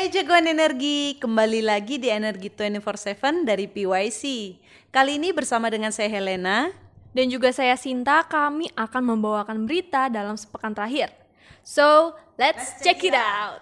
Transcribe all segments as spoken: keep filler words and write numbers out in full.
Hai jagoan energi, kembali lagi di Energi dua puluh empat tujuh dari P Y C. Kali ini bersama dengan saya Helena dan juga saya Sinta, kami akan membawakan berita dalam sepekan terakhir. So, let's, let's check, check it out.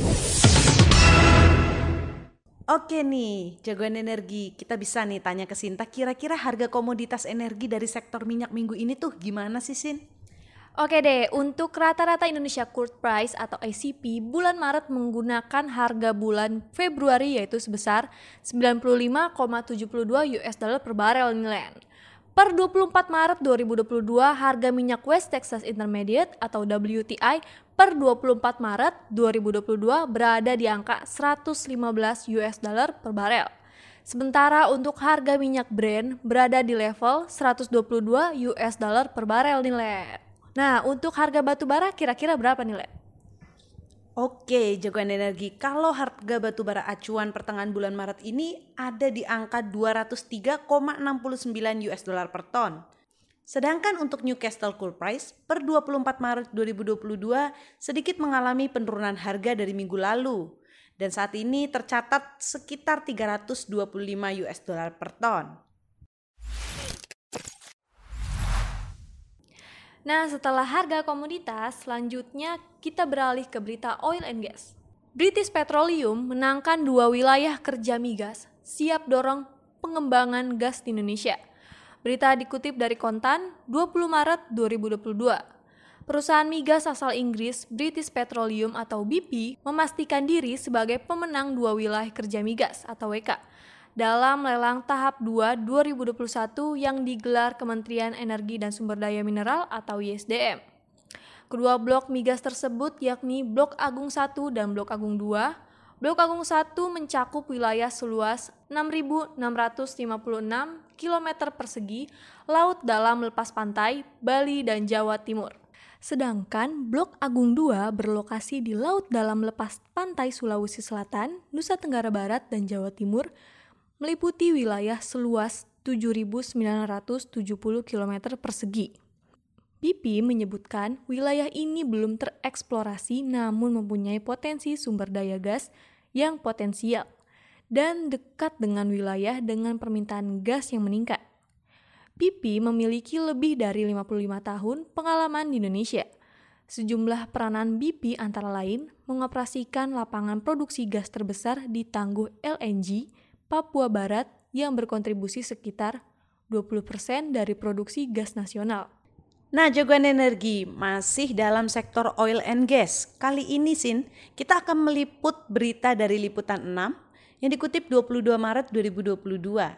Oke nih, jagoan energi, kita bisa nih tanya ke Sinta, kira-kira harga komoditas energi dari sektor minyak minggu ini tuh gimana sih Sin? Oke deh, untuk rata-rata Indonesia Crude Price atau I C P bulan Maret menggunakan harga bulan Februari yaitu sebesar sembilan puluh lima koma tujuh dua U S dollar per barel nilai. Per dua puluh empat Maret dua ribu dua puluh dua, harga minyak West Texas Intermediate atau W T I per dua puluh empat Maret dua ribu dua puluh dua berada di angka seratus lima belas U S dollar per barel. Sementara untuk harga minyak Brent berada di level seratus dua puluh dua U S dollar per barel nilai. Nah, untuk harga batu bara kira-kira berapa nilai? Oke, jagoan energi. Kalau harga batu bara acuan pertengahan bulan Maret ini ada di angka dua ratus tiga koma enam sembilan U S dollar per ton. Sedangkan untuk Newcastle Coal Price per dua puluh empat Maret dua ribu dua puluh dua sedikit mengalami penurunan harga dari minggu lalu. Dan saat ini tercatat sekitar tiga ratus dua puluh lima U S dollar per ton. Nah, setelah harga komoditas, selanjutnya kita beralih ke berita oil and gas. British Petroleum menangkan dua wilayah kerja migas, siap dorong pengembangan gas di Indonesia. Berita dikutip dari Kontan, dua puluh Maret dua ribu dua puluh dua. Perusahaan migas asal Inggris, British Petroleum atau B P, memastikan diri sebagai pemenang dua wilayah kerja migas atau W K dalam lelang tahap dua dua ribu dua puluh satu yang digelar Kementerian Energi dan Sumber Daya Mineral atau Y S D M. Kedua blok migas tersebut yakni Blok Agung satu dan Blok Agung dua. Blok Agung satu mencakup wilayah seluas enam ribu enam ratus lima puluh enam kilometer persegi laut dalam lepas pantai Bali dan Jawa Timur. Sedangkan Blok Agung dua berlokasi di laut dalam lepas pantai Sulawesi Selatan, Nusa Tenggara Barat dan Jawa Timur, meliputi wilayah seluas tujuh ribu sembilan ratus tujuh puluh kilometer persegi. B P menyebutkan wilayah ini belum tereksplorasi namun mempunyai potensi sumber daya gas yang potensial dan dekat dengan wilayah dengan permintaan gas yang meningkat. B P memiliki lebih dari lima puluh lima tahun pengalaman di Indonesia. Sejumlah peranan B P antara lain mengoperasikan lapangan produksi gas terbesar di Tangguh L N G, Papua Barat yang berkontribusi sekitar dua puluh persen dari produksi gas nasional. Nah, jagoan energi masih dalam sektor oil and gas. Kali ini Sin, kita akan meliput berita dari Liputan enam yang dikutip dua puluh dua Maret dua ribu dua puluh dua.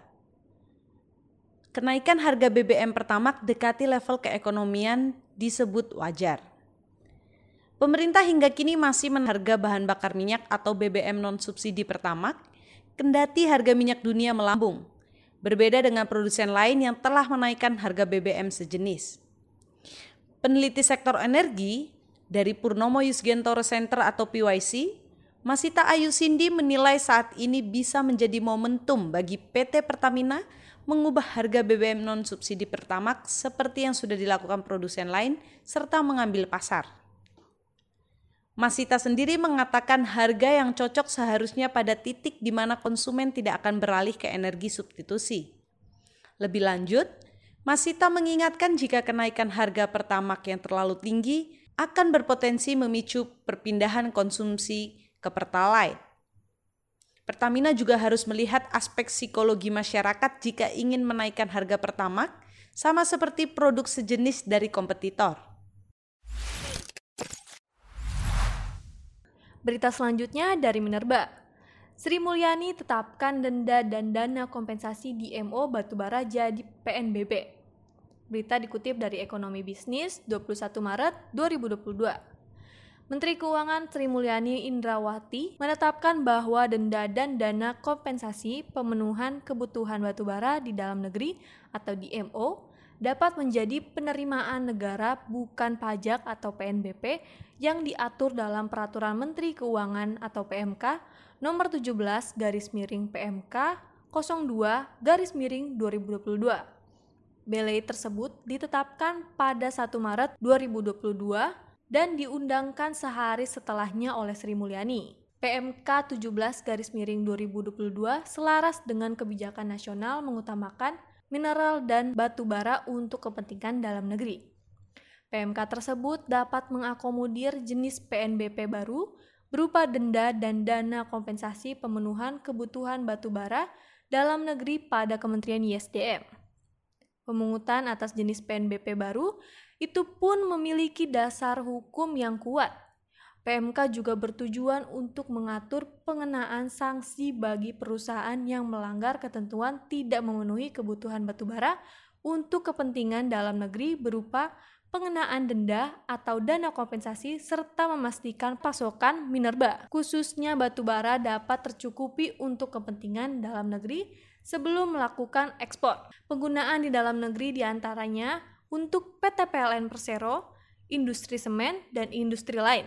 Kenaikan harga B B M Pertamax dekati level keekonomian disebut wajar. Pemerintah hingga kini masih mengharga bahan bakar minyak atau B B M non-subsidi Pertamax, kendati harga minyak dunia melambung, berbeda dengan produsen lain yang telah menaikkan harga B B M sejenis. Peneliti sektor energi dari Purnomo Yusgiantoro Center atau P Y C, Masita Ayu Cindy menilai saat ini bisa menjadi momentum bagi P T Pertamina mengubah harga B B M non-subsidi Pertamax seperti yang sudah dilakukan produsen lain serta mengambil pasar. Masita sendiri mengatakan harga yang cocok seharusnya pada titik di mana konsumen tidak akan beralih ke energi substitusi. Lebih lanjut, Masita mengingatkan jika kenaikan harga Pertamax yang terlalu tinggi akan berpotensi memicu perpindahan konsumsi ke Pertalite. Pertamina juga harus melihat aspek psikologi masyarakat jika ingin menaikkan harga Pertamax, sama seperti produk sejenis dari kompetitor. Berita selanjutnya dari Minerba. Sri Mulyani tetapkan denda dan dana kompensasi D M O batubara jadi P N B B. Berita dikutip dari Ekonomi Bisnis dua puluh satu Maret dua ribu dua puluh dua. Menteri Keuangan Sri Mulyani Indrawati menetapkan bahwa denda dan dana kompensasi pemenuhan kebutuhan batubara di dalam negeri atau D M O dapat menjadi penerimaan negara bukan pajak atau P N B P yang diatur dalam Peraturan Menteri Keuangan atau P M K nomor tujuh belas garis miring P M K nol dua garis miring dua ribu dua puluh dua. Belei tersebut ditetapkan pada satu Maret dua ribu dua puluh dua dan diundangkan sehari setelahnya oleh Sri Mulyani. P P M K tujuh belas garis miring dua ribu dua puluh dua selaras dengan kebijakan nasional mengutamakan mineral dan batu bara untuk kepentingan dalam negeri. P M K tersebut dapat mengakomodir jenis P N B P baru berupa denda dan dana kompensasi pemenuhan kebutuhan batu bara dalam negeri pada Kementerian I S D M. Pemungutan atas jenis P N B P baru itu pun memiliki dasar hukum yang kuat. P M K juga bertujuan untuk mengatur pengenaan sanksi bagi perusahaan yang melanggar ketentuan tidak memenuhi kebutuhan batubara untuk kepentingan dalam negeri berupa pengenaan denda atau dana kompensasi serta memastikan pasokan minerba, khususnya batubara dapat tercukupi untuk kepentingan dalam negeri sebelum melakukan ekspor. Penggunaan di dalam negeri diantaranya untuk P T P L N Persero, industri semen, dan industri lain.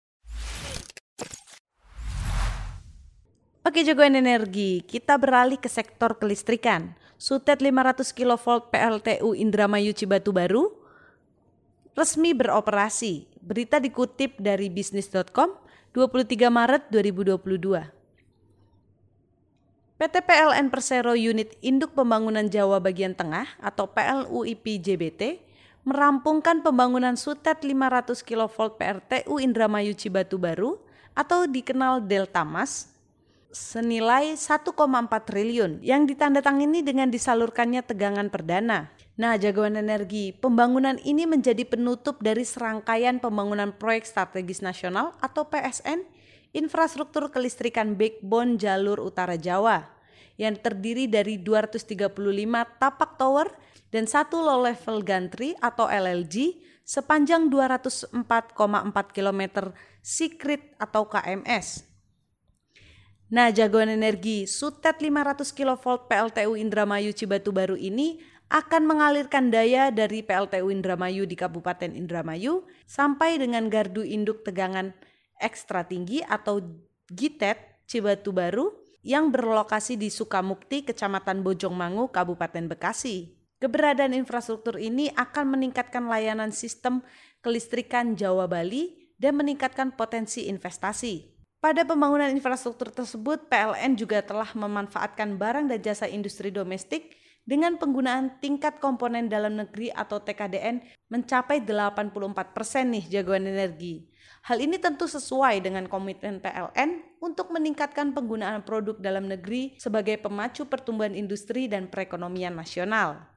Oke jagoan energi, kita beralih ke sektor kelistrikan. Sutet lima ratus kilovolt P L T U Indramayu Cibatubaru resmi beroperasi. Berita dikutip dari bisnis dot com dua puluh tiga Maret dua ribu dua puluh dua. P T P L N Persero Unit Induk Pembangunan Jawa Bagian Tengah atau P L U I P J B T merampungkan pembangunan Sutet lima ratus kilovolt P L T U Indramayu Cibatubaru atau dikenal Deltamas senilai satu koma empat triliun yang ditandatangani dengan disalurkannya tegangan perdana. Nah, jagoan energi, pembangunan ini menjadi penutup dari serangkaian pembangunan proyek strategis nasional atau P S N, infrastruktur kelistrikan backbone jalur utara Jawa, yang terdiri dari dua ratus tiga puluh lima tapak tower dan satu low level gantry atau L L G sepanjang dua ratus empat koma empat kilometer Sikrit atau K M S. Nah, jagoan energi, Sutet lima ratus kilovolt P L T U Indramayu Cibatubaru ini akan mengalirkan daya dari P L T U Indramayu di Kabupaten Indramayu sampai dengan gardu induk tegangan ekstra tinggi atau G T E T Cibatubaru yang berlokasi di Sukamukti, Kecamatan Bojongmangu, Kabupaten Bekasi. Keberadaan infrastruktur ini akan meningkatkan layanan sistem kelistrikan Jawa Bali dan meningkatkan potensi investasi. Pada pembangunan infrastruktur tersebut, P L N juga telah memanfaatkan barang dan jasa industri domestik dengan penggunaan tingkat komponen dalam negeri atau T K D N mencapai delapan puluh empat persen nih jagoan energi. Hal ini tentu sesuai dengan komitmen P L N untuk meningkatkan penggunaan produk dalam negeri sebagai pemacu pertumbuhan industri dan perekonomian nasional.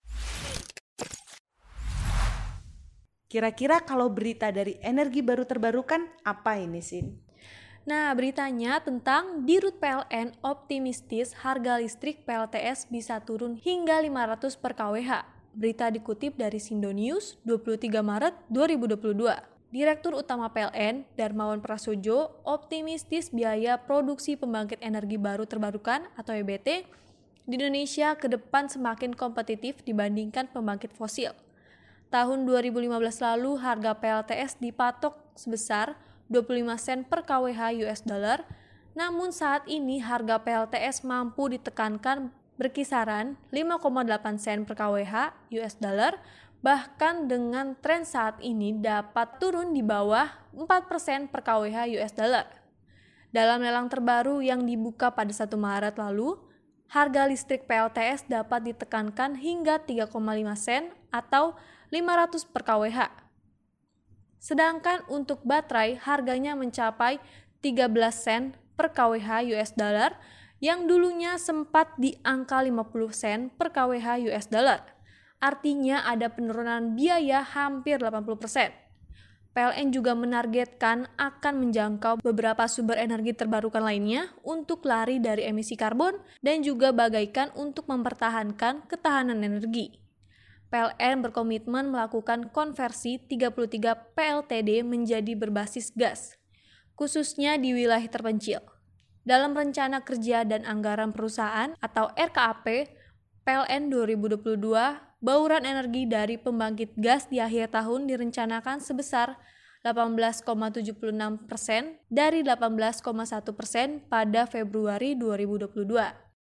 Kira-kira kalau berita dari energi baru terbarukan apa ini, Sin? Nah, beritanya tentang Dirut P L N optimistis harga listrik P L T S bisa turun hingga lima ratus per kilowatt. Berita dikutip dari Sindo News dua puluh tiga Maret dua ribu dua puluh dua. Direktur Utama P L N, Darmawan Prasojo, optimistis biaya produksi pembangkit energi baru terbarukan atau E B T di Indonesia ke depan semakin kompetitif dibandingkan pembangkit fosil. Tahun dua ribu lima belas lalu harga P L T S dipatok sebesar dua puluh lima sen per kilowatt U S dollar, namun saat ini harga P L T S mampu ditekankan berkisaran lima koma delapan sen per kilowatt U S dollar, bahkan dengan tren saat ini dapat turun di bawah empat persen per kilowatt U S dollar. Dalam lelang terbaru yang dibuka pada satu Maret lalu, harga listrik P L T S dapat ditekankan hingga tiga koma lima sen atau lima ratus per kilowatt. Sedangkan untuk baterai harganya mencapai tiga belas sen per kilowatt U S dollar yang dulunya sempat di angka lima puluh sen per kilowatt U S dollar. Artinya ada penurunan biaya hampir delapan puluh persen. P L N juga menargetkan akan menjangkau beberapa sumber energi terbarukan lainnya untuk lari dari emisi karbon dan juga bagaikan untuk mempertahankan ketahanan energi. P L N berkomitmen melakukan konversi tiga puluh tiga P L T D menjadi berbasis gas, khususnya di wilayah terpencil. Dalam rencana kerja dan anggaran perusahaan atau R K A P P L N dua ribu dua puluh dua, bauran energi dari pembangkit gas di akhir tahun direncanakan sebesar delapan belas koma tujuh enam persen dari delapan belas koma satu persen pada Februari dua ribu dua puluh dua.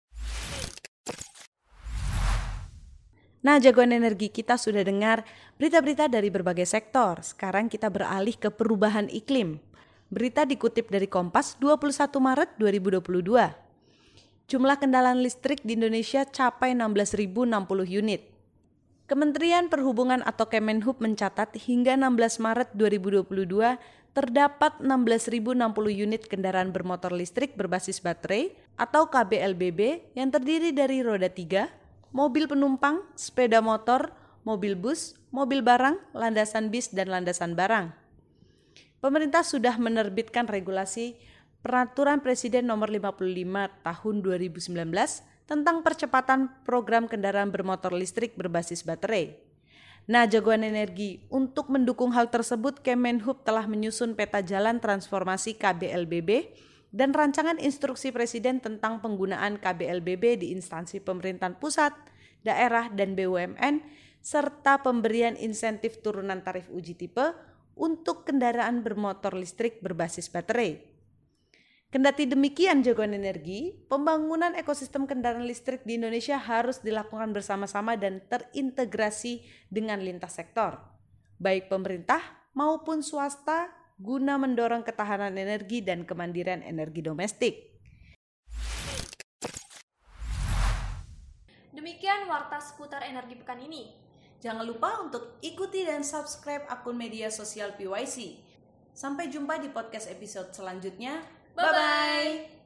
Nah, jagoan energi, kita sudah dengar berita-berita dari berbagai sektor. Sekarang kita beralih ke perubahan iklim. Berita dikutip dari Kompas dua puluh satu Maret dua ribu dua puluh dua. Jumlah kendaraan listrik di Indonesia capai enam belas ribu enam puluh unit. Kementerian Perhubungan atau Kemenhub mencatat hingga enam belas Maret dua ribu dua puluh dua terdapat enam belas ribu enam puluh unit kendaraan bermotor listrik berbasis baterai atau K B L B B yang terdiri dari roda tiga, mobil penumpang, sepeda motor, mobil bus, mobil barang, landasan bis, dan landasan barang. Pemerintah sudah menerbitkan regulasi Peraturan Presiden Nomor lima puluh lima Tahun dua ribu sembilan belas tentang percepatan program kendaraan bermotor listrik berbasis baterai. Nah, Jagoan Energi, untuk mendukung hal tersebut, Kemenhub telah menyusun peta jalan transformasi K B L B B dan rancangan instruksi Presiden tentang penggunaan K B L B B di instansi pemerintahan pusat, daerah, dan B U M N, serta pemberian insentif turunan tarif uji tipe untuk kendaraan bermotor listrik berbasis baterai. Kendati demikian, Jagoan Energi, pembangunan ekosistem kendaraan listrik di Indonesia harus dilakukan bersama-sama dan terintegrasi dengan lintas sektor, baik pemerintah maupun swasta, guna mendorong ketahanan energi dan kemandirian energi domestik. Demikian warta seputar energi pekan ini. Jangan lupa untuk ikuti dan subscribe akun media sosial P Y C. Sampai jumpa di podcast episode selanjutnya. Bye-bye!